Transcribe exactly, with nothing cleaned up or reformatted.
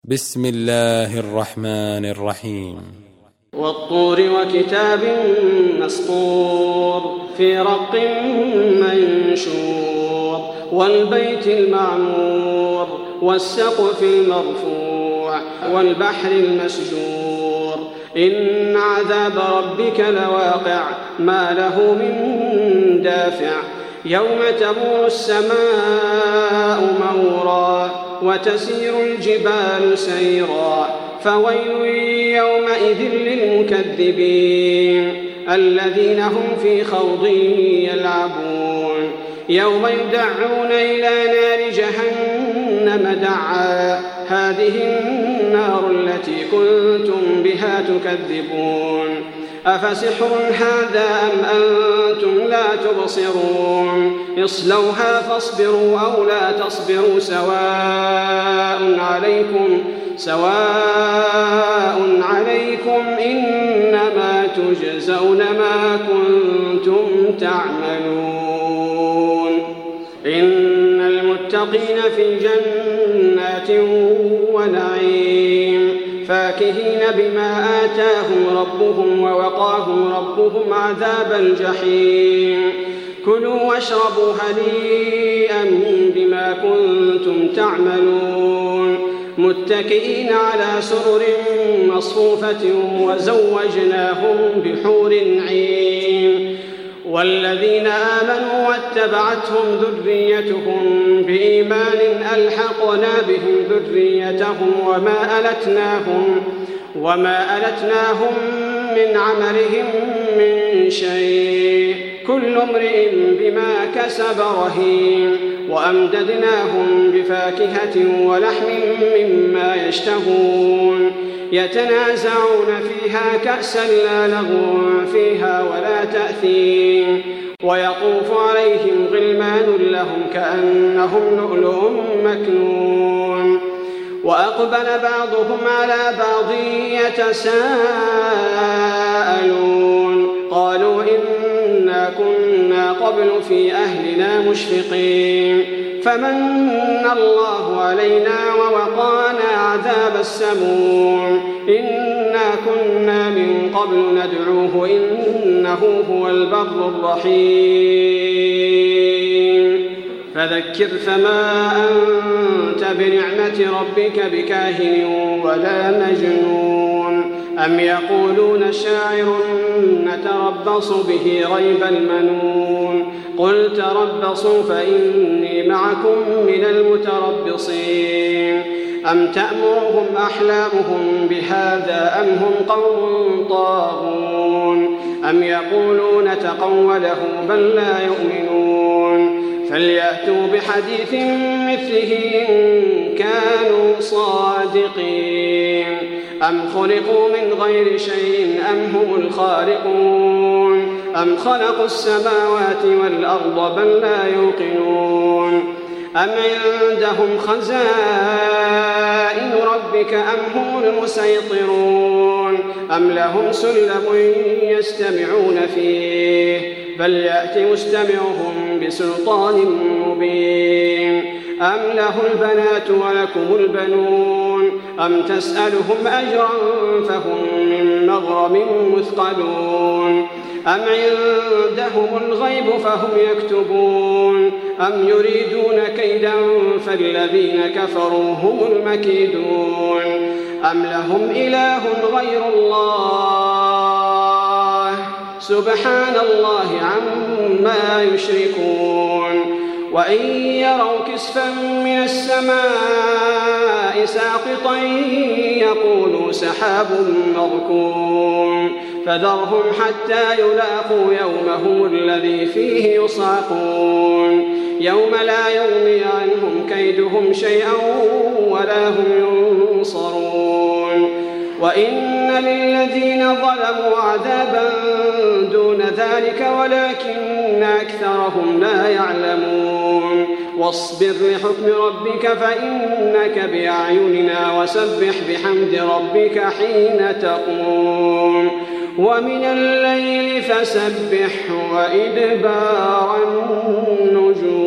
بسم الله الرحمن الرحيم والطور وكتاب مسطور في رق منشور والبيت المعمور والسقف المرفوع والبحر المسجور إن عذاب ربك لواقع ما له من دافع يوم تمور السماء مورا وتسير الجبال سيرا فويل يومئذ للمكذبين الذين هم في خوض يلعبون يوم يدعون إلى نار جهنم دعا هذه النار التي كنتم بها تكذبون أفسحر هذا أم أنتم لا تبصرون اصلوها فاصبروا أو لا تصبروا سواء عليكم سواء عليكم إنما تجزون ما كنتم تعملون إن المتقين في جنات ونعيم فاكهين بما آتاهم ربهم ووقاهم ربهم عذاب الجحيم كلوا واشربوا هنيئا بما كنتم تعملون متكئين على سرر مصفوفة وزوجناهم بحور عين والذين آمنوا واتبعتهم ذريتهم بإيمان ألحقنا بهم ذريتهم وما ألتناهم وما ألتناهم من عملهم من شيء كل امرئ بما كسب رهين وأمددناهم بفاكهة ولحم مما يشتهون يتنازعون فيها كأسا لا لغو فيها ولا تأثيم ويطوف عليهم غلمان لهم كأنهم لؤلؤ مكنون وأقبل بعضهم على بعض يتساءلون قالوا إنا كنا قبل في أهلنا مشفقين فمن الله علينا ووقانا عذاب السموم إنا كنا من قبل ندعوه إنه هو البر الرحيم فذكر فما أنت بنعمة ربك بكاهن ولا مجنون أم يقولون شاعر نتربص به ريب المنون قل تربصوا فإني معكم من المتربصين أم تأمرهم أحلامهم بهذا أم هم قوم طاغون أم يقولون تقوله بل لا يؤمنون فليأتوا بحديث مثله إن كانوا صادقين أم خلقوا من غير شيء أم هم الخالقون أم خلقوا السماوات والأرض بل لا يوقنون أم عندهم خزائن ربك أم هم المسيطرون أم لهم سلم يستمعون فيه بل يأتي مستمعهم بسلطان مبين أم له البنات ولكم البنون أم تسألهم أجرا فهم من مغرم مثقلون أم عندهم الغيب فهم يكتبون أم يريدون كيدا فالذين كفروا هم المكيدون أم لهم إله غير الله سبحان الله عما يشركون وإن يروا كسفا من السماء ساقطا يقولوا سحاب مركوم فذرهم حتى يلاقوا يومهم الذي فيه يصعقون يوم لا يغني عنهم كيدهم شيئا ولا هم ينصرون وإن للذين ظلموا عذابا دون ذلك ولكن أكثرهم لا يعلمون واصبر لحكم ربك فإنك بأعيننا وسبح بحمد ربك حين تقوم ومن الليل فسبح وإدبار النجوم.